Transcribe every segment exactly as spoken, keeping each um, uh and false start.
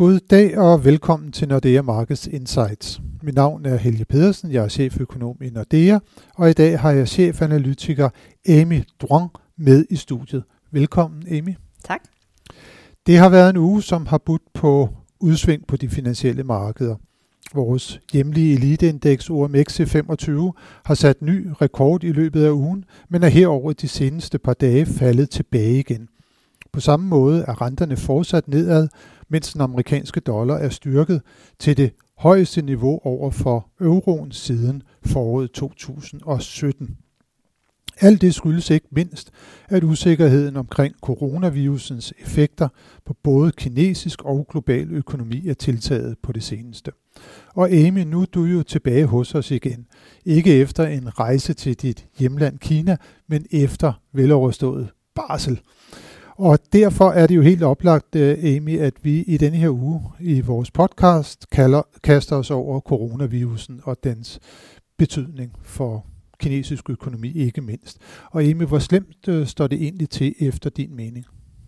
God dag og velkommen til Nordea Markets Insights. Mit navn er Helge Pedersen, jeg er cheføkonom i Nordea, og i dag har jeg chefanalytiker Amy Duong med i studiet. Velkommen, Amy. Tak. Det har været en uge, som har budt på udsving på de finansielle markeder. Vores hjemlige eliteindeks O M X C femogtyve har sat ny rekord i løbet af ugen, men er herover de seneste par dage faldet tilbage igen. På samme måde er renterne fortsat nedad, mens den amerikanske dollar er styrket til det højeste niveau over for euroen siden foråret to tusind og sytten. Alt det skyldes ikke mindst, at usikkerheden omkring coronavirusens effekter på både kinesisk og global økonomi er tiltaget på det seneste. Og Amy, nu er du jo tilbage hos os igen. Ikke efter en rejse til dit hjemland Kina, men efter veloverstået barsel. Og derfor er det jo helt oplagt, Amy, at vi i denne her uge i vores podcast kalder, kaster os over coronavirusen og dens betydning for kinesisk økonomi ikke mindst. Og Amy, hvor slemt øh, står det egentlig til efter din mening?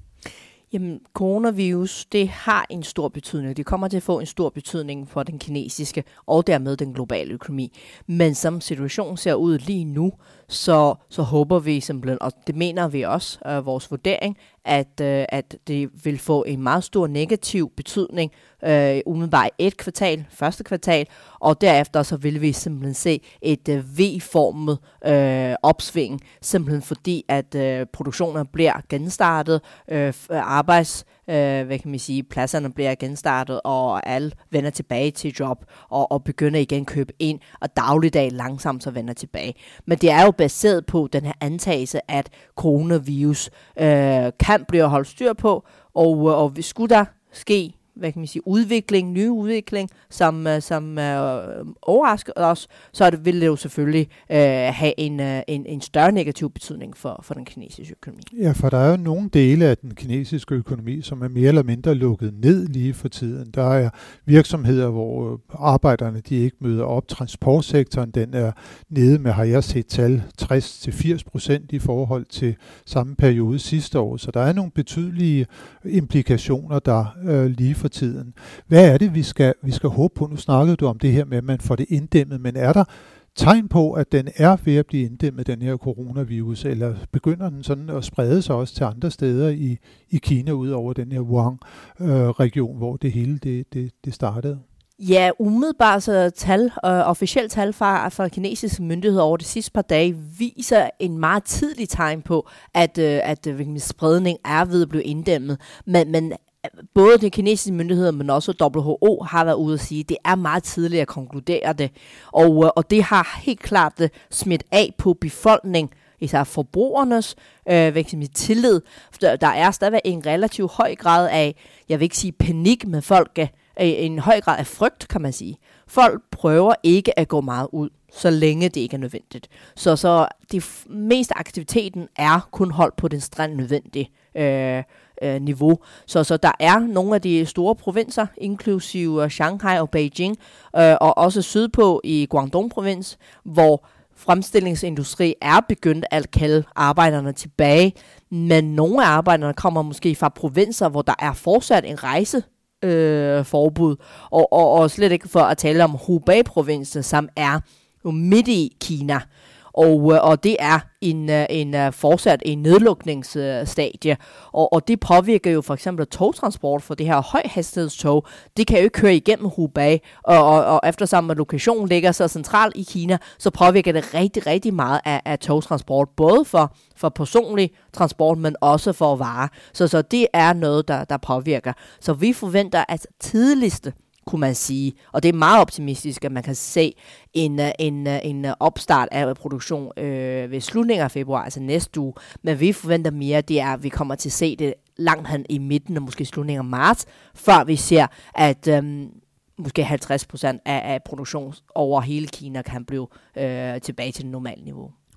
Jamen, coronavirus, det har en stor betydning. Det kommer til at få en stor betydning for den kinesiske og dermed den globale økonomi. Men som situationen ser ud lige nu, så, så håber vi simpelthen, og det mener vi også, øh, vores vurdering, at, øh, at det vil få en meget stor negativ betydning øh, umiddelbart et kvartal, første kvartal, og derefter så vil vi simpelthen se et øh, V-formet øh, opsving, simpelthen fordi at øh, produktionen bliver genstartet, øh, arbejds Øh, hvad kan man sige, pladserne bliver genstartet, og alle vender tilbage til job, og, og begynder igen at købe ind, og dagligdag langsomt så vender tilbage. Men det er jo baseret på den her antagelse, at coronavirus øh, kan blive holdt styr på, og, og hvis skulle der ske, hvad kan man sige, udvikling, ny udvikling, som, som øh, overrasker os, så det, vil det jo selvfølgelig øh, have en, øh, en, en større negativ betydning for, for den kinesiske økonomi. Ja, for der er jo nogle dele af den kinesiske økonomi, som er mere eller mindre lukket ned lige for tiden. Der er virksomheder, hvor arbejderne de ikke møder op. Transportsektoren, den er nede med, har jeg set tal, tres til firs procent i forhold til samme periode sidste år. Så der er nogle betydelige implikationer, der øh, lige for tiden. Hvad er det, vi skal, vi skal håbe på? Nu snakkede du om det her med, at man får det inddæmmet, men er der tegn på, at den er ved at blive inddæmmet, den her coronavirus, eller begynder den sådan at sprede sig også til andre steder i, i Kina, ud over den her Wuhan-region, øh, hvor det hele det, det, det startede? Ja, umiddelbart så tal, øh, officielt tal fra, fra kinesiske myndigheder over de sidste par dage viser en meget tidlig tegn på, at, øh, at øh, spredning er ved at blive inddæmmet, men, men både de kinesiske myndigheder, men også W H O har været ude at sige, at det er meget tidligt at konkludere det. Og, og det har helt klart smidt af på befolkningen, især forbrugernes øh, hvad kan man sige, tillid. Der er stadig en relativt høj grad af, jeg vil ikke sige panik, men folk er en høj grad af frygt, kan man sige. Folk prøver ikke at gå meget ud, så længe det ikke er nødvendigt. Så, så det meste aktiviteten er kun holdt på den strengt nødvendige øh, øh, niveau. Så, så der er nogle af de store provinser, inklusive Shanghai og Beijing, øh, og også sydpå i Guangdong-provins, hvor fremstillingsindustri er begyndt at kalde arbejderne tilbage, men nogle af arbejderne kommer måske fra provinser, hvor der er fortsat en rejse Øh, forbud, og, og, og slet ikke for at tale om Hubei-provinsen, som er jo midt i Kina, og, og det er en, en fortsat en nedlukningsstadie, og, og det påvirker jo for eksempel togtransport for det her højhastighedstog. Det kan jo ikke køre igennem Hubei, og, og, og eftersom lokationen ligger så centralt i Kina, så påvirker det rigtig, rigtig meget af, af togtransport, både for, for personlig transport, men også for varer. Så, så det er noget, der, der påvirker. Så vi forventer, at tidligste, kunne man sige, og det er meget optimistisk, at man kan se en, en, en opstart af produktion øh, ved slutningen af februar, altså næste uge, men vi forventer mere, det er, at vi kommer til at se det langt hen i midten, og måske slutningen af marts, før vi ser, at øhm, måske halvtreds procent af, af produktion over hele Kina kan blive øh, tilbage til det normale niveau.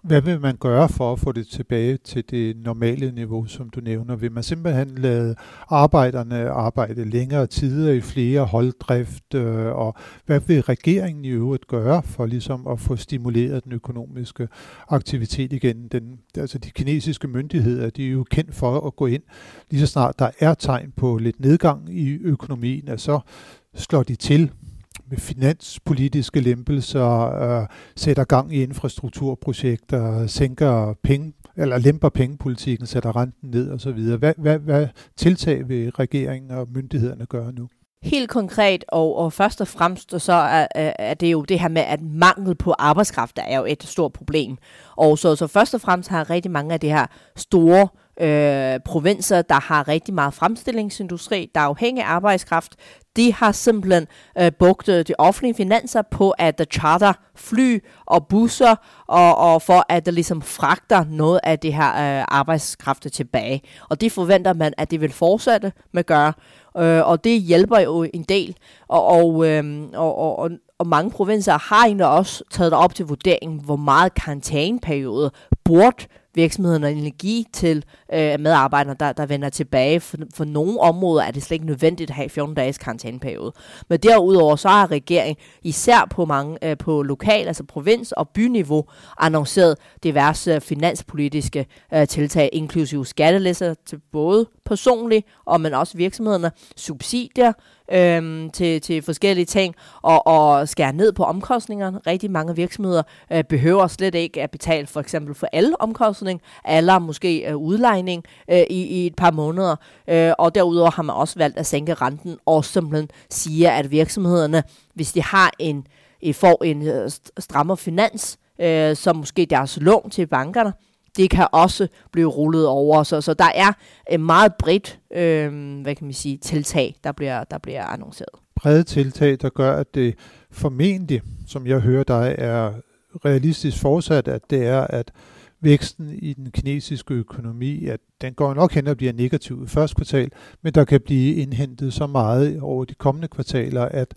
Hvad vil man gøre for at få det tilbage til det normale niveau, som du nævner? Vil man simpelthen lade arbejderne arbejde længere tider i flere holddrift, øh, og hvad vil regeringen i øvrigt gøre for ligesom at få stimuleret den økonomiske aktivitet igen? Den, altså de kinesiske myndigheder, de er jo kendt for at gå ind, lige så snart der er tegn på lidt nedgang i økonomien, og så slår de til med finanspolitiske lempelser, øh, sætter gang i infrastrukturprojekter, sænker penge, eller lemper pengepolitikken, sætter renten ned osv. Hvad, hvad, hvad tiltag vil regeringen og myndighederne gøre nu? Helt konkret, og, og først og fremmest, så er, er det jo det her med, at mangel på arbejdskraft er jo et stort problem. Og så, så først og fremmest har rigtig mange af de her store øh, provinser, der har rigtig meget fremstillingsindustri, der er afhængig af arbejdskraft, de har simpelthen øh, brugt de offentlige finanser på at uh, charter fly og busser, og, og for at det ligesom fragter noget af det her øh, arbejdskraft tilbage. Og det forventer man, at det vil fortsætte med at gøre, øh, og det hjælper jo en del. Og, og, øh, og, og, og mange provinser har egentlig også taget det op til vurdering, hvor meget karantæneperiode burde virksomhederne energi til øh, medarbejdere, der, der vender tilbage. For, for nogle områder er det slet ikke nødvendigt at have fjorten dages karantæneperiode. Men derudover så har regeringen især på mange øh, på lokal, altså provins- og byniveau annonceret diverse finanspolitiske øh, tiltag, inklusive skattelettelser til både personligt og men også virksomhederne, subsidier Øhm, til, til forskellige ting, og, og skære ned på omkostningerne. Rigtig mange virksomheder øh, behøver slet ikke at betale for eksempel for alle omkostninger, eller måske øh, udlejning øh, i, i et par måneder, øh, og derudover har man også valgt at sænke renten, og simpelthen siger, at virksomhederne, hvis de har en, får en øh, strammer finans, øh, som måske deres lån til bankerne, det kan også blive rullet over, så, så der er et meget bredt øh, hvad kan man sige, tiltag, der bliver, der bliver annonceret. Brede tiltag, der gør, at det formentlig, som jeg hører dig, er realistisk fortsat, at det er, at væksten i den kinesiske økonomi, at den går nok hen og bliver negativ i første kvartal, men der kan blive indhentet så meget over de kommende kvartaler, at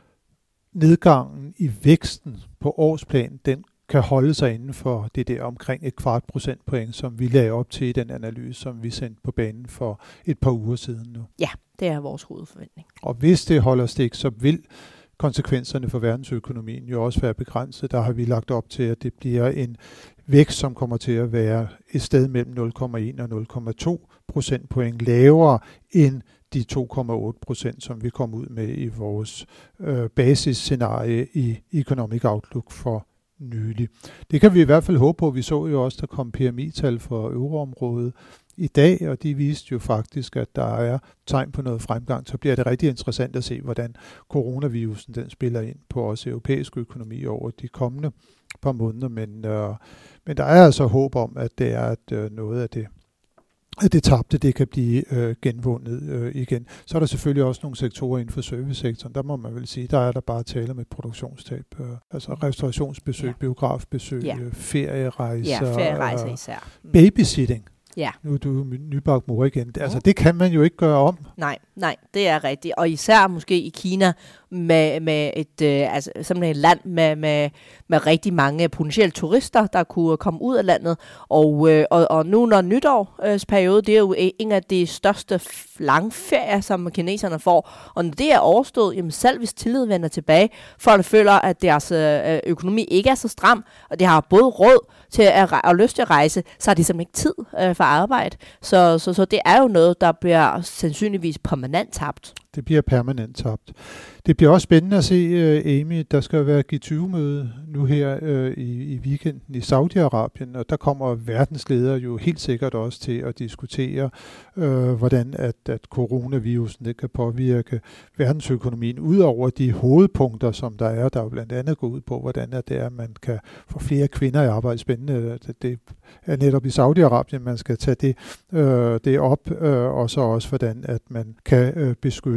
nedgangen i væksten på årsplan, den kan holde sig inden for det der omkring et kvart procentpoint, som vi lagde op til i den analyse, som vi sendte på banen for et par uger siden nu. Ja, det er vores hovedforventning. Og hvis det holder stik, så vil konsekvenserne for verdensøkonomien jo også være begrænset. Der har vi lagt op til, at det bliver en vækst, som kommer til at være et sted mellem nul komma en og nul komma to procentpoint lavere end de to komma otte procent, som vi kom ud med i vores øh, basisscenarie i Economic Outlook for nylig. Det kan vi i hvert fald håbe på. Vi så jo også, der kom P M I-tal for euroområdet i dag, og de viste jo faktisk, at der er tegn på noget fremgang. Så bliver det rigtig interessant at se, hvordan coronavirusen den spiller ind på også europæisk økonomi over de kommende par måneder. Men, øh, men der er altså håb om, at det er at, øh, noget af det, at det tabte, det kan blive øh, genvundet øh, igen. Så er der selvfølgelig også nogle sektorer inden for servicesektoren. Der må man vel sige, der er der bare tale med produktionstab. Øh, altså restaurationsbesøg, ja. biografbesøg, ja. ferierejser. Ja, ferierejser især. Mm. Babysitting. Ja. Nu er du nybagt mor igen. Altså, det kan man jo ikke gøre om. Nej, nej, det er rigtigt. Og især måske i Kina med, med et, øh, altså, simpelthen et land med, med, med rigtig mange potentielle turister, der kunne komme ud af landet. Og, øh, og, og nu når nytårsperiode, det er jo en af de største lange ferier, som kineserne får. Og når det er overstået, jamen selv hvis tillid vender tilbage, folk føler, at deres øh, økonomi ikke er så stram, og de har både råd til at, og lyst til at rejse, så har de simpelthen ikke tid øh, for arbejde. Så, så, så det er jo noget, der bliver sandsynligvis permanent tabt. Det bliver permanent tabt. Det bliver også spændende at se, uh, Amy, der skal være G tyve møde nu her uh, i, i weekenden i Saudi-Arabien, og der kommer verdensledere jo helt sikkert også til at diskutere, uh, hvordan at, at coronavirusen det kan påvirke verdensøkonomien, udover de hovedpunkter, som der er, der jo blandt andet går ud på, hvordan at det er, at man kan få flere kvinder i arbejde. Spændende, det, det er netop i Saudi-Arabien, man skal tage det, uh, det op, uh, og så også, hvordan at man kan uh, beskytte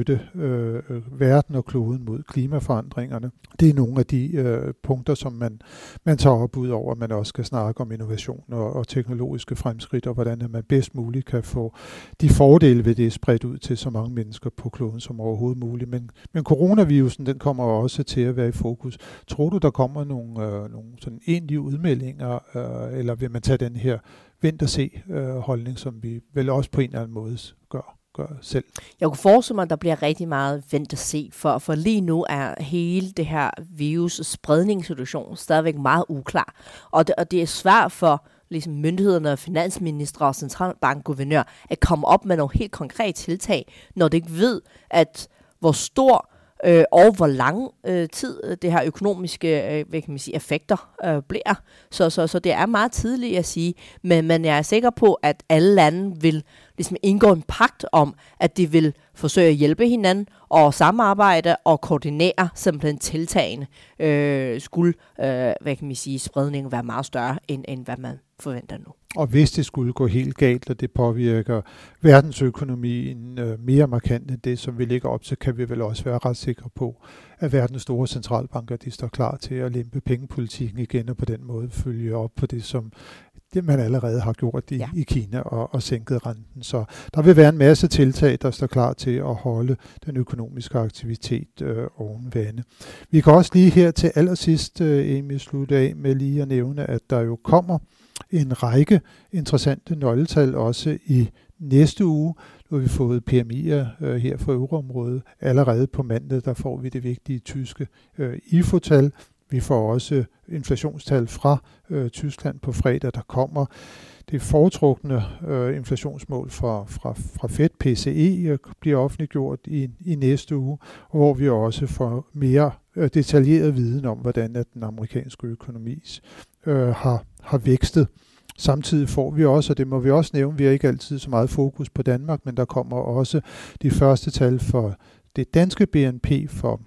beskytte øh, verden og kloden mod klimaforandringerne. Det er nogle af de øh, punkter, som man, man tager op ud over, at man også skal snakke om innovation og, og teknologiske fremskridt, og hvordan man bedst muligt kan få de fordele ved det spredt ud til så mange mennesker på kloden som overhovedet muligt. Men, men coronavirusen, den kommer også til at være i fokus. Tror du, der kommer nogle, øh, nogle sådan egentlige udmeldinger, øh, eller vil man tage den her vent og se øh, holdning, som vi vel også på en eller anden måde gør, gør selv? Jeg kunne forestille mig, at der bliver rigtig meget vent og se, for, for lige nu er hele det her virus- spredningssituation stadigvæk meget uklar. Og det, og det er svært for ligesom myndighederne, finansministre og centralbankguvernør at komme op med nogle helt konkrete tiltag, når de ikke ved, at hvor stor Øh, og hvor lang øh, tid det her økonomiske øh, hvad kan man sige, effekter øh, bliver. Så, så, så det er meget tidligt at sige, men, men jeg er sikker på, at alle lande vil ligesom indgå en pagt om, at de vil forsøge at hjælpe hinanden og samarbejde og koordinere simpelthen tiltagene. Øh, skulle øh, hvad kan man sige, spredningen være meget større, end, end hvad man forventer nu. Og hvis det skulle gå helt galt, og det påvirker verdensøkonomien øh, mere markant end det, som vi ligger op, så kan vi vel også være ret sikre på, at verdens store centralbanker, de står klar til at lempe pengepolitikken igen, og på den måde følge op på det, som det man allerede har gjort i, ja. i Kina og, og sænket renten. Så der vil være en masse tiltag, der står klar til at holde den økonomiske aktivitet øh, oven vande. Vi kan også lige her til allersidst, øh, Amy, slutte af med lige at nævne, at der jo kommer en række interessante nøgletal også i næste uge. Nu har vi fået P M I'er øh, her for euroområdet. Allerede på mandag, der får vi det vigtige tyske øh, I F O-tal. Vi får også inflationstal fra øh, Tyskland på fredag, der kommer. Det foretrukne øh, inflationsmål fra, fra, fra Fed, P C E, øh, bliver offentliggjort i, i næste uge, hvor vi også får mere øh, detaljeret viden om, hvordan at den amerikanske økonomi øh, har, har vækstet. Samtidig får vi også, og det må vi også nævne, vi har ikke altid så meget fokus på Danmark, men der kommer også de første tal for det danske B N P for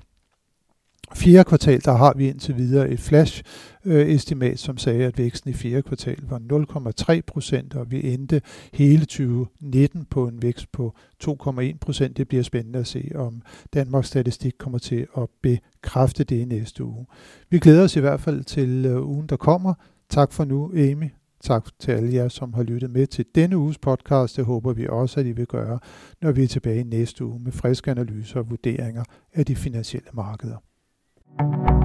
fjerde kvartal. Der har vi indtil videre et flash-estimat, som sagde, at væksten i fjerde kvartal var nul komma tre procent, og vi endte hele tyve nitten på en vækst på to komma en procent. Det bliver spændende at se, om Danmarks Statistik kommer til at bekræfte det i næste uge. Vi glæder os i hvert fald til ugen, der kommer. Tak for nu, Amy. Tak til alle jer, som har lyttet med til denne uges podcast. Det håber vi også, at I vil gøre, når vi er tilbage næste uge med friske analyser og vurderinger af de finansielle markeder.